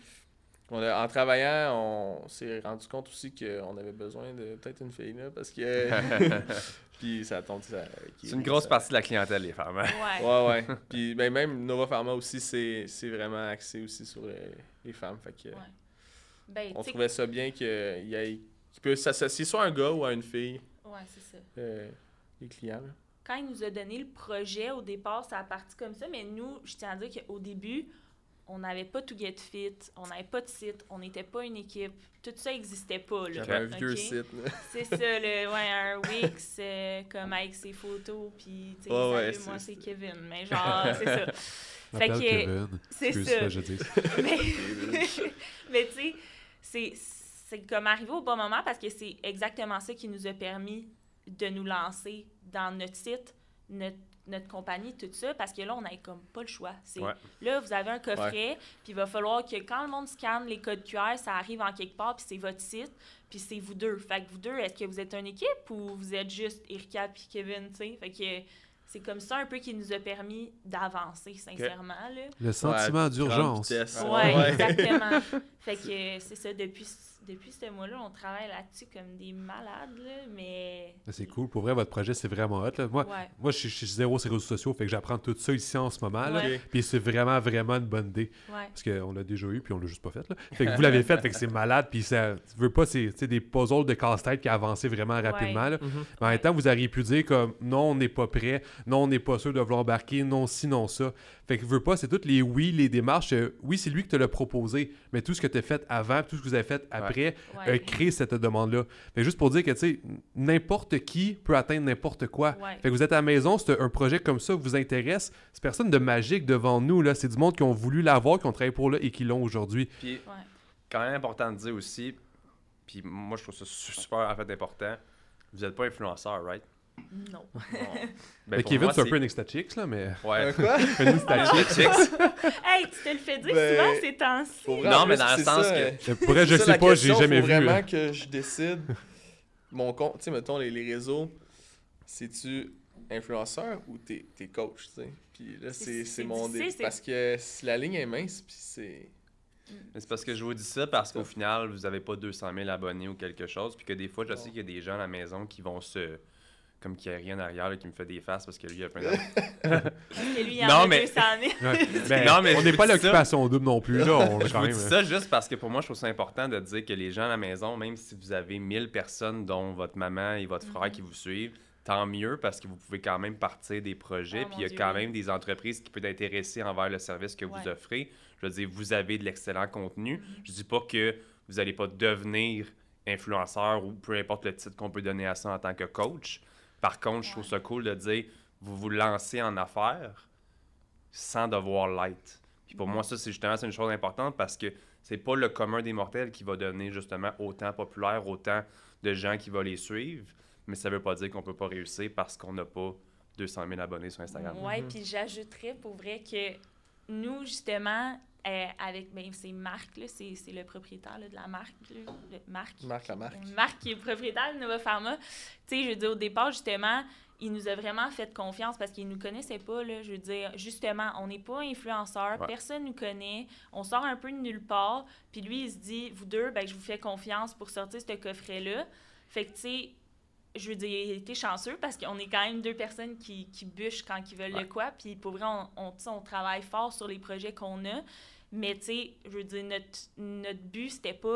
en travaillant, on s'est rendu compte aussi qu'on avait besoin de peut-être une fille, là, parce que... Puis ça tombe... C'est une grosse partie de la clientèle, les femmes. Hein? Ouais. Ouais. Puis ben, même Nova Pharma aussi, c'est vraiment axé aussi sur les femmes. Fait que Ouais. Ben, on tu sais, trouvait ça bien qu'il peut s'associer soit à un gars ou à une fille, ouais, c'est ça. les clients. Là. Quand il nous a donné le projet, au départ, ça a parti comme ça, mais nous, je tiens à dire qu'au début, on n'avait pas To Get Fit, on n'avait pas de site, on n'était pas une équipe. Tout ça n'existait pas. Là, J'avais un vieux ok? site. Là. C'est ça, un Wix, comme avec ses photos, puis tu sais, Ouais, ouais, salut, moi c'est c'est- Kevin, mais genre, c'est ça. Je Fait m'appelle que, Kevin. c'est Excuse, ça. je dis. mais mais tu sais, c'est comme arrivé au bon moment parce que c'est exactement ça qui nous a permis de nous lancer dans notre site, notre compagnie, tout ça, parce que là, on n'avait comme pas le choix. C'est, Ouais. Là, vous avez un coffret, puis il va falloir que quand le monde scanne les codes QR, ça arrive en quelque part, puis c'est votre site, puis c'est vous deux. Fait que vous deux, est-ce que vous êtes une équipe ou vous êtes juste Erika puis Kevin, tu sais? Fait que c'est comme ça un peu qui nous a permis d'avancer, sincèrement, là. Le sentiment Ouais, d'urgence. grande vitesse. Ouais, exactement. Fait que c'est ça, depuis ce mois-là, on travaille là-dessus comme des malades, là, mais... C'est cool. Pour vrai, votre projet, c'est vraiment hot. Là. Moi, Ouais. je suis zéro sur les réseaux sociaux, fait que j'apprends tout ça ici en ce moment. Là. Ouais. Ok. Puis c'est vraiment, vraiment une bonne idée. Ouais. Parce qu'on l'a déjà eu, puis on l'a juste pas fait. Là. Fait que vous l'avez fait, fait que c'est malade. Puis ça, tu veux pas, c'est tu sais, des puzzles de casse-tête qui avancent vraiment rapidement. Ouais. Là. Mhm. Mais en même temps, vous auriez pu dire comme non, on n'est pas prêt, non, on n'est pas sûr de vouloir embarquer, non, ci, non, ça. Fait que veux pas, c'est toutes les oui, les démarches. Oui, c'est lui qui te l'a proposé, mais tout ce que tu as fait avant, tout ce que vous avez fait après, Ouais. crée cette demande-là. Fait que juste pour dire que, tu sais, n'importe qui peut atteindre n'importe quoi. Ouais. Fait que vous êtes à la maison, c'est un projet comme ça qui vous intéresse, c'est personne de magique devant nous, là. C'est du monde qui ont voulu l'avoir, qui ont travaillé pour là et qui l'ont aujourd'hui. Puis, Ouais. quand même important de dire aussi, puis moi je trouve ça super en fait important, vous n'êtes pas influenceur, right? Non. Bon. Mais pour Kevin, moi, c'est un peu un Instachix, là, mais... Ouais. Quoi? Un Instachix. Hey, tu te le fais dire Ben, souvent ces temps-ci. Pour vrai, Non, en mais plus, dans le c'est sens ça, que- Pour vrai, je c'est ça, sais la pas, j'ai question, jamais faut vu. vraiment que je décide mon compte. Tu sais, mettons, les réseaux, c'est-tu influenceur ou t'es coach, tu sais? Puis là, C'est c'est mon difficile, c'est- parce que la ligne est mince, puis c'est... Mais c'est parce que je vous dis ça parce qu'au final, vous n'avez pas 200 000 abonnés ou quelque chose. Puis que des fois, je sais qu'il y a des gens à la maison qui vont se. Comme qu'il n'y a rien derrière, là, qui me fait des faces parce que lui, il a plein d'argent. Parce que lui, il en Non, a mais- 200 000. Ouais. Ben, Non, mais on je n'est vous pas dis ça. l'occupation double non plus, là. On Je quand vous même... dis ça juste parce que pour moi, je trouve ça important de dire que les gens à la maison, même si vous avez 1000 personnes, dont votre maman et votre frère qui vous suivent, tant mieux parce que vous pouvez quand même partir des projets. Oh, puis il y a mon quand Dieu, même des entreprises qui peuvent être intéressées envers le service que vous Ouais. offrez. Je veux dire, vous avez de l'excellent contenu. Je dis pas que vous n'allez pas devenir influenceur ou peu importe le titre qu'on peut donner à ça en tant que coach. Par contre, je trouve ça cool de dire, vous vous lancez en affaires sans devoir l'être. Puis pour moi, ça, c'est une chose importante parce que c'est pas le commun des mortels qui va donner justement autant populaire, autant de gens qui vont les suivre, mais ça veut pas dire qu'on peut pas réussir parce qu'on n'a pas 200 000 abonnés sur Instagram. Oui, puis j'ajouterais pour vrai que nous, justement, avec, c'est Marc, là, c'est le propriétaire là, de la marque. Là, Marc, la marque. Marc qui est propriétaire de Nova Pharma. Tu sais, je veux dire, au départ, justement, il nous a vraiment fait confiance parce qu'il nous connaissait pas, là. Je veux dire, justement, on n'est pas influenceurs, personne nous connaît, on sort un peu de nulle part, puis lui, il se dit, vous deux, je vous fais confiance pour sortir ce coffret-là. Fait que, tu sais, je veux dire, il a été chanceux parce qu'on est quand même deux personnes qui bûchent quand ils veulent le quoi. Puis pour vrai, on travaille fort sur les projets qu'on a. Mais tu sais, je veux dire, notre but,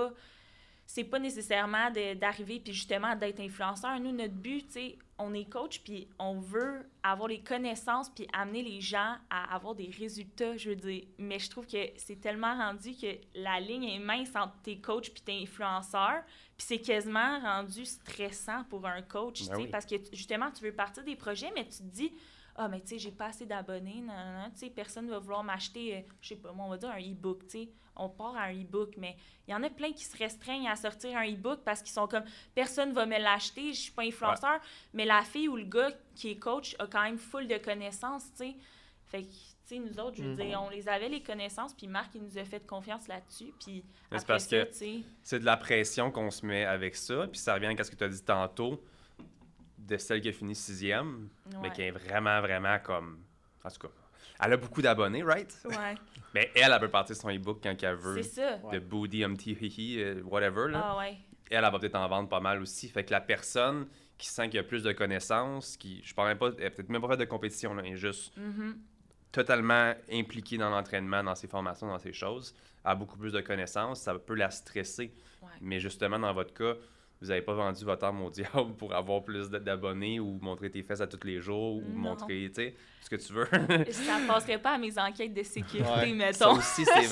c'est pas nécessairement d'arriver puis justement d'être influenceur. Nous, notre but, tu sais, on est coach puis on veut avoir les connaissances puis amener les gens à avoir des résultats, je veux dire. Mais je trouve que c'est tellement rendu que la ligne est mince entre tes coachs puis tes influenceurs. Puis c'est quasiment rendu stressant pour un coach, tu sais, parce que justement, tu veux partir des projets, mais tu te dis, mais tu sais, j'ai pas assez d'abonnés, tu sais, personne va vouloir m'acheter, je sais pas, moi, on va dire un e-book, tu sais. On part à un e-book, mais il y en a plein qui se restreignent à sortir un e-book parce qu'ils sont comme, personne va me l'acheter, je suis pas influenceur, mais la fille ou le gars qui est coach a quand même full de connaissances, tu sais. Fait que, tu sais, nous autres, je veux dire, on les avait les connaissances, puis Marc, il nous a fait confiance là-dessus, puis c'est parce que c'est de la pression qu'on se met avec ça, puis ça revient à ce que tu as dit tantôt, de celle qui a fini 6e, mais qui est vraiment, vraiment comme... En tout cas, elle a beaucoup d'abonnés, right? Ouais. Mais elle peut partir son e-book quand elle veut. C'est ça. De Booty, Hihi, whatever, là. Ah ouais. Elle va peut-être en vendre pas mal aussi. Fait que la personne qui sent qu'il y a plus de connaissances, je parle même pas, elle peut-être même pas fait de compétition, là, elle est juste totalement impliquée dans l'entraînement, dans ses formations, dans ces choses, a beaucoup plus de connaissances, ça peut la stresser. Ouais. Mais justement, dans votre cas, vous n'avez pas vendu votre âme au diable pour avoir plus d'abonnés ou montrer tes fesses à tous les jours ou montrer, tu sais, ce que tu veux. Ça ne passerait pas à mes enquêtes de sécurité, mettons. Ça aussi, c'est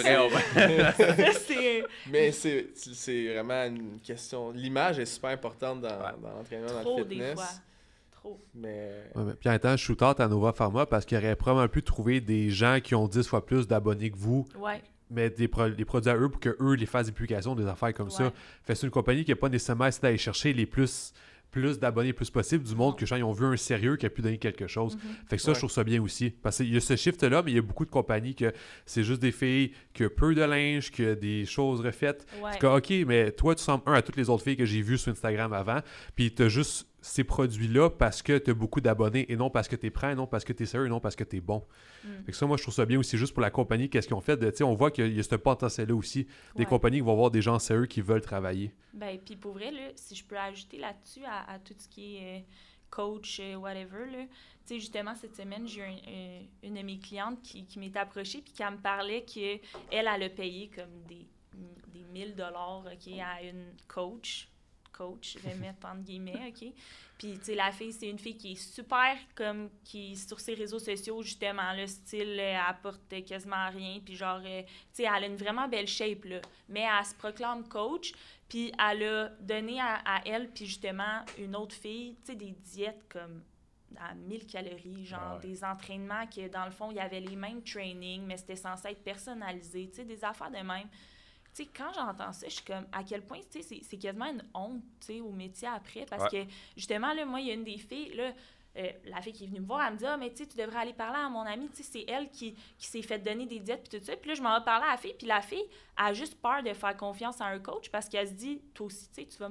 vrai. Mais c'est vraiment une question... L'image est super importante dans l'entraînement, dans le fitness. Des fois. Trop. Mais... Puis en même temps, shoot-out à Nova Pharma parce qu'il aurait probablement pu trouver des gens qui ont 10 fois plus d'abonnés que vous. Ouais. Mettre les produits à eux pour qu'eux les fassent des publications, des affaires comme ça. Fait que c'est une compagnie qui n'a pas nécessairement essayé d'aller chercher les plus d'abonnés plus possible du monde que gens ils ont vu un sérieux qui a pu donner quelque chose. Fait que ça, je trouve ça bien aussi. Parce qu'il y a ce shift-là, mais il y a beaucoup de compagnies que c'est juste des filles qui ont peu de linge, qui ont des choses refaites. C'est que, OK, mais toi, tu ressembles à toutes les autres filles que j'ai vues sur Instagram avant, puis tu as juste ces produits-là parce que tu as beaucoup d'abonnés et non parce que tu es prêt, non parce que tu es sérieux, non parce que tu es bon. Fait que ça, moi, je trouve ça bien aussi juste pour la compagnie, qu'est-ce qu'ils ont fait. On voit qu'il y a ce potentiel-là aussi. Des compagnies qui vont avoir des gens sérieux qui veulent travailler. Ben, puis pour vrai, là, si je peux ajouter là-dessus à tout ce qui est coach, whatever, là, tu sais, justement, cette semaine, j'ai eu une de mes clientes qui m'est approchée puis qui me parlait qu'elle a payé comme des 1000 $, OK, à une coach, je vais mettre entre guillemets, OK? Puis, tu sais, la fille, c'est une fille qui est super, qui, sur ses réseaux sociaux, justement, le style, elle apporte quasiment rien, puis genre, tu sais, elle a une vraiment belle shape, là, mais elle se proclame coach, puis elle a donné à elle, puis justement, une autre fille, tu sais, des diètes comme à 1000 calories, genre des entraînements que, dans le fond, il y avait les mêmes trainings, mais c'était censé être personnalisé, tu sais, des affaires de même. Tu sais, quand j'entends ça, je suis comme, à quel point, tu sais, c'est quasiment une honte, tu sais, au métier après, parce que, justement, là, moi, il y a une des filles, là, la fille qui est venue me voir, elle me dit, mais tu sais, tu devrais aller parler à mon amie, tu sais, c'est elle qui s'est fait donner des diètes, puis tout ça, puis là, je m'en vais parler à la fille, puis la fille a juste peur de faire confiance à un coach, parce qu'elle se dit, toi aussi, tu sais, tu vas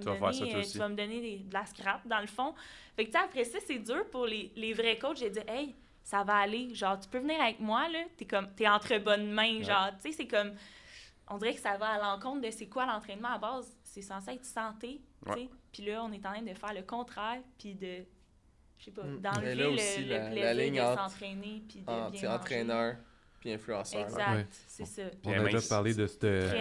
me donner de la scrap, dans le fond. Fait que, tu sais, après ça, c'est dur pour les vrais coachs, j'ai dit, hey, ça va aller, genre, tu peux venir avec moi, là, t'es entre bonnes mains, genre, tu sais, c'est comme... On dirait que ça va à l'encontre de c'est quoi l'entraînement à base. C'est censé être santé, tu sais. Puis là, on est en train de faire le contraire, puis de, je sais pas, d'enlever le plaisir de s'entraîner, puis de bien manger. Entraîneur, puis influenceur. Exact, c'est ça. On a déjà parlé de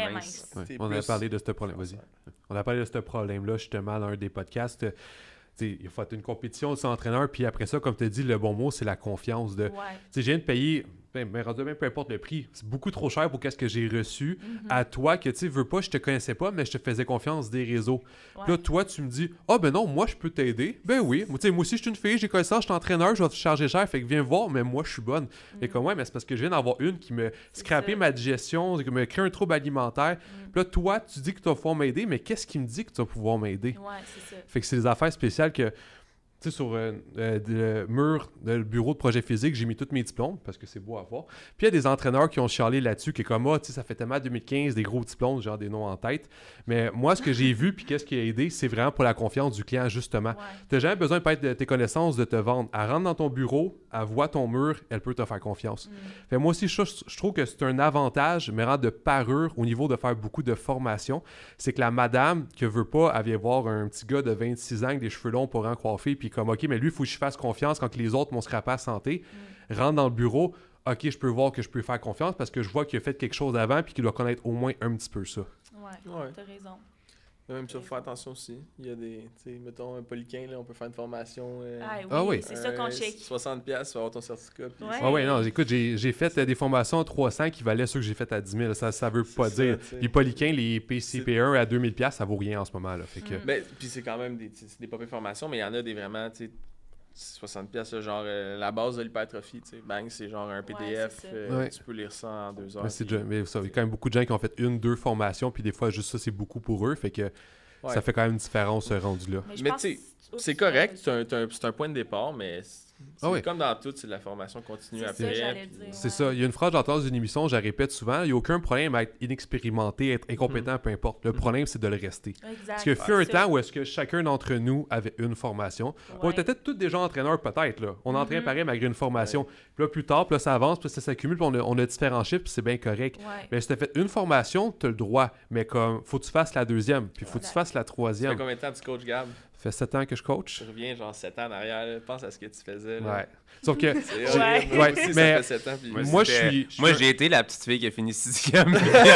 on a parlé de ce problème. Vas-y. On a parlé de ce problème-là, justement, dans un des podcasts. Il faut être une compétition de son entraîneur, puis après ça, comme tu as dit, le bon mot, c'est la confiance. Je viens de payer rendu même peu importe le prix, c'est beaucoup trop cher pour qu'est-ce que j'ai reçu à toi que, tu sais, veux pas, je te connaissais pas, mais je te faisais confiance des réseaux. Ouais. Puis là, toi, tu me dis, ben non, moi, je peux t'aider. Ben oui, moi, tu sais, moi aussi, je suis une fille, j'ai connaissance, je suis entraîneur, je vais te charger cher, fait que viens voir, mais moi, je suis bonne. Et comme, ouais, mais c'est parce que je viens d'avoir une qui me scrapait ça. ma digestion, qui me crée un trouble alimentaire. Puis là, toi, tu dis que tu vas pouvoir m'aider, mais qu'est-ce qui me dit que tu vas pouvoir m'aider? Ouais, c'est ça. Fait que c'est des affaires spéciales que, tu sais, sur le mur du bureau de projet physique, j'ai mis tous mes diplômes parce que c'est beau à voir. Puis il y a des entraîneurs qui ont chialé là-dessus, qui est comme, tu sais, ça fait tellement 2015, des gros diplômes, genre des noms en tête. Mais moi, ce que j'ai vu, puis qu'est-ce qui a aidé, c'est vraiment pour la confiance du client, justement. Ouais. Tu n'as jamais besoin peut-être de tes connaissances de te vendre. Elle rentre dans ton bureau, elle voit ton mur, elle peut te faire confiance. Fait moi aussi, je trouve que c'est un avantage, mais de parure au niveau de faire beaucoup de formation. C'est que la madame qui veut pas, elle vient voir un petit gars de 26 ans avec des cheveux longs pour en coiffer, puis comme, OK, mais lui, il faut que je fasse confiance quand les autres m'ont scrappé à santé. Rentre dans le bureau, OK, je peux voir que je peux faire confiance parce que je vois qu'il a fait quelque chose avant puis qu'il doit connaître au moins un petit peu ça. Ouais. T'as raison. Même sur faire attention aussi. Il y a des, tu sais, mettons un polyquin, là, on peut faire une formation. Oui. C'est ça qu'on check. 60$, tu vas avoir ton certificat. Puis Ouais. Ah ouais, non, écoute, j'ai fait des formations à 300 qui valaient ceux que j'ai fait à 10 000. Ça veut pas C'est dire. ça, tu sais. Les polyquins, les PCP1 à 2000$, ça vaut rien en ce moment. Là. Fait que, Ben, puis c'est quand même des pas pires formations, mais il y en a des vraiment, tu sais, 60$, là, genre la base de l'hypertrophie, tu sais, bang, c'est genre un PDF, c'est ça. Ouais. tu peux lire ça en 2 heures. mais c'est puis- mais ça, il y a quand même beaucoup de gens qui ont fait 1-2 formations, puis des fois, juste ça, c'est beaucoup pour eux. Fait que Ouais. ça fait quand même une différence rendu là. je Mais pense tu sais, que C'est correct, c'est un point de départ, mais Ah oui. comme dans tout, c'est de la formation continue C'est après. ça, j'allais puis- dire. C'est ça. Il y a une phrase que j'entends dans une émission, je la répète souvent, il n'y a aucun problème à être inexpérimenté, être incompétent, peu importe. Le problème, c'est de le rester. Exact. Parce qu'il fut un temps où est-ce que chacun d'entre nous avait une formation. On était peut-être tous déjà entraîneurs, peut-être. Là. On entraîne pareil malgré une formation. Puis là, plus tard, puis là, ça avance, puis ça s'accumule, puis on a différents chiffres, puis c'est bien correct. Ouais. Mais si tu as fait une formation, tu as le droit. Mais comme, faut que tu fasses la deuxième, puis faut que tu fasses la Ça fait troisième. combien de temps tu coaches, Gab? Ça fait 7 ans que je coach. Je reviens genre 7 ans en arrière, là. Pense à ce que tu faisais. Là. Ouais. Sauf que, C'est Ouais. horrible. Ouais, Moi aussi, mais- ça fait 7 ans. Puis... Moi, je suis- Moi, j'ai été la petite fille qui a fini 6e.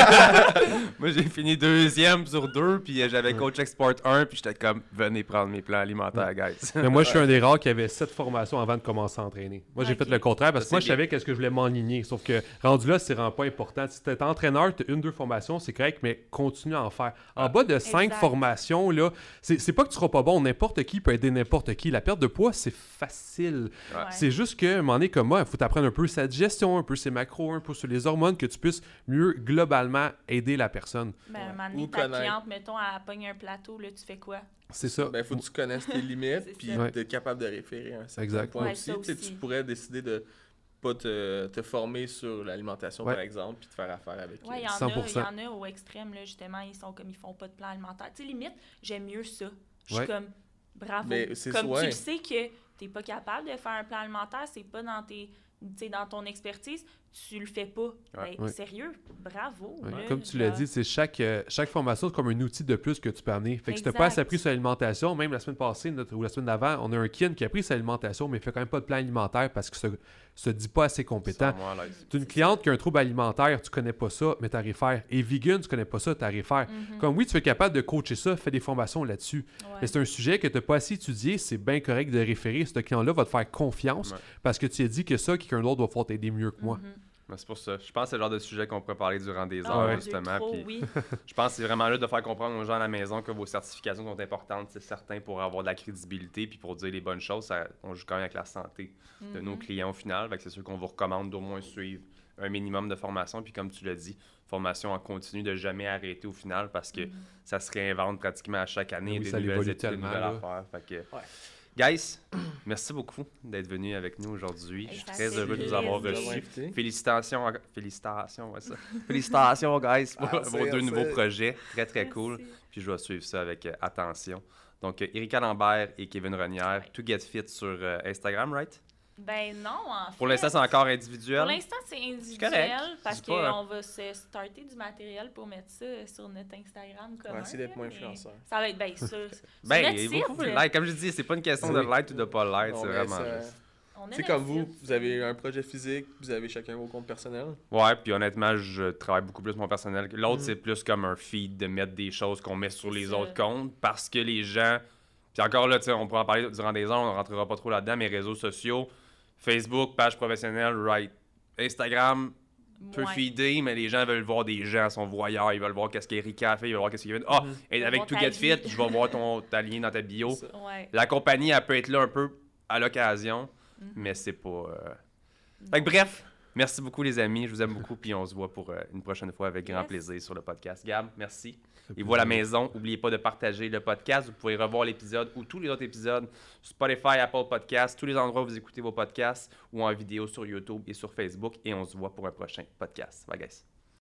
Moi, j'ai fini 2e sur 2, puis j'avais Coach Export 1, puis j'étais comme, venez prendre mes plans alimentaires, guys. mais moi, je suis un des rares qui avait 7 formations avant de commencer à entraîner. Moi, j'ai Ok. fait le contraire parce que Ça, moi, c'est je savais qu'est-ce que je voulais m'enligner. Sauf que rendu là, c'est vraiment pas important. Si t'es entraîneur, t'as 1-2 formations, c'est correct, mais continue à en faire. En bas de 5 Exact. formations, là, c'est pas que tu seras pas bon. N'importe qui peut aider n'importe qui. La perte de poids, c'est facile. Ouais. C'est juste que, à un moment donné, comme moi, il faut t'apprendre un peu sa digestion, un peu ses macros, un peu sur les hormones, que tu puisses mieux, globalement, aider la personne. Ben, un moment Ou donné, ta connaître. cliente, mettons, elle pogne un plateau, là, tu fais quoi? C'est ça. Ben, faut que tu connaisses tes limites, C'est puis ça. Ouais. d'être capable de référer à un certain Exact. point Ouais, aussi. ça Tu sais, aussi. tu pourrais décider de pas te former sur l'alimentation, Ouais. par exemple, puis de faire affaire avec Ouais, il y, 100%. en a au extrême, là, justement, ils sont comme, ils font pas de plan alimentaire. Tu sais, limite, j'aime mieux ça. Je suis Ouais. comme, bravo. Mais c'est Comme ça, ouais. tu le sais que t'es pas capable de faire un plan alimentaire, c'est pas dans tes... Tu sais, dans ton expertise, tu le fais pas. Ouais. Ben, Ouais. sérieux, bravo. Ouais. là, Comme tu l'as genre. dit, c'est chaque formation, c'est comme un outil de plus que tu peux amener. Fait que si tu n'as Exact. pas assez appris sur l'alimentation, même la semaine passée ou la semaine d'avant, on a un kin qui a appris sur l'alimentation, mais il fait quand même pas de plan alimentaire parce qu'il se dit pas assez compétent. Sans moi, à l'aise. Tu as une cliente qui a un trouble alimentaire, tu connais pas ça, mais tu arrives faire. Et vegan, tu connais pas ça, tu arrives faire. Comme oui, tu es capable de coacher ça, fais des formations là-dessus. Ouais. Mais c'est un sujet que tu n'as pas assez étudié, c'est bien correct de référer. Ce client-là va te faire confiance Ouais. parce que tu as dit que ça, quelqu'un d'autre va pouvoir t'aider mieux que moi. Mhm. Ben, c'est pour ça. Je pense que c'est le genre de sujet qu'on pourrait parler durant des Ah, heures, mon Dieu, justement. trop, Puis oui. je pense que c'est vraiment là de faire comprendre aux gens à la maison que vos certifications sont importantes, c'est certain, pour avoir de la crédibilité puis pour dire les bonnes choses. On joue quand même avec la santé de nos clients au final. Fait que c'est sûr qu'on vous recommande d'au moins suivre un minimum de formation. Puis comme tu l'as dit, formation en continu, de jamais arrêter au final parce que ça se réinvente pratiquement à chaque année. Oui, Des ça nouvelles évolue études, des tellement, nouvelles là. affaires. Fait que, guys, merci beaucoup d'être venus avec nous aujourd'hui. Je suis Ça très fait heureux de vous plaisir. avoir Merci d'avoir reçus. invité. Félicitations, ouais, ça. Félicitations, guys, pour Merci, vos 2 merci. nouveaux projets. Très, très Merci. cool. Puis je vais suivre ça avec attention. Donc, Erika Lambert et Kevin Renière, Ouais. To Get Fit sur Instagram, right? Ben non, en fait. Pour l'instant, c'est encore individuel. Pour l'instant, c'est individuel correct. parce C'est pas- qu'on va se starter du matériel pour mettre ça sur notre Instagram On commun. va essayer d'être là, moins mais influenceur. Ça va être bien sûr. Ben, vous pouvez le like. Comme je dis, c'est pas une question de Oui. like ou de pas like, Non, c'est mais vraiment ça- juste. C'est comme vous avez un projet physique, vous avez chacun vos comptes personnels. Ouais, puis honnêtement, je travaille beaucoup plus mon personnel. L'autre, c'est plus comme un feed de mettre des choses qu'on met sur C'est les ça. autres comptes parce que les gens. Puis encore là, tu sais, on pourra en parler durant des heures, on ne rentrera pas trop là-dedans, mais réseaux sociaux, Facebook, page professionnelle, right. Instagram peut Ouais. feeder, mais les gens veulent voir des gens, sont voyeurs, ils veulent voir qu'est-ce qu'Erika a fait, ils veulent voir qu'est-ce qu'il fait. Ah, et Ils avec veulent To voir Get ta Fit, vie. je vais voir ta lien dans ta bio. C'est ça. Ouais. La compagnie, elle peut être là un peu à l'occasion, mais c'est pas... Fait que bref, merci beaucoup les amis, je vous aime beaucoup, puis on se voit pour une prochaine fois avec grand Yes. plaisir sur le podcast. Gab, merci. Et voilà, maison, n'oubliez pas de partager le podcast. Vous pouvez revoir l'épisode ou tous les autres épisodes sur Spotify, Apple Podcasts, tous les endroits où vous écoutez vos podcasts ou en vidéo sur YouTube et sur Facebook. Et on se voit pour un prochain podcast. Bye guys.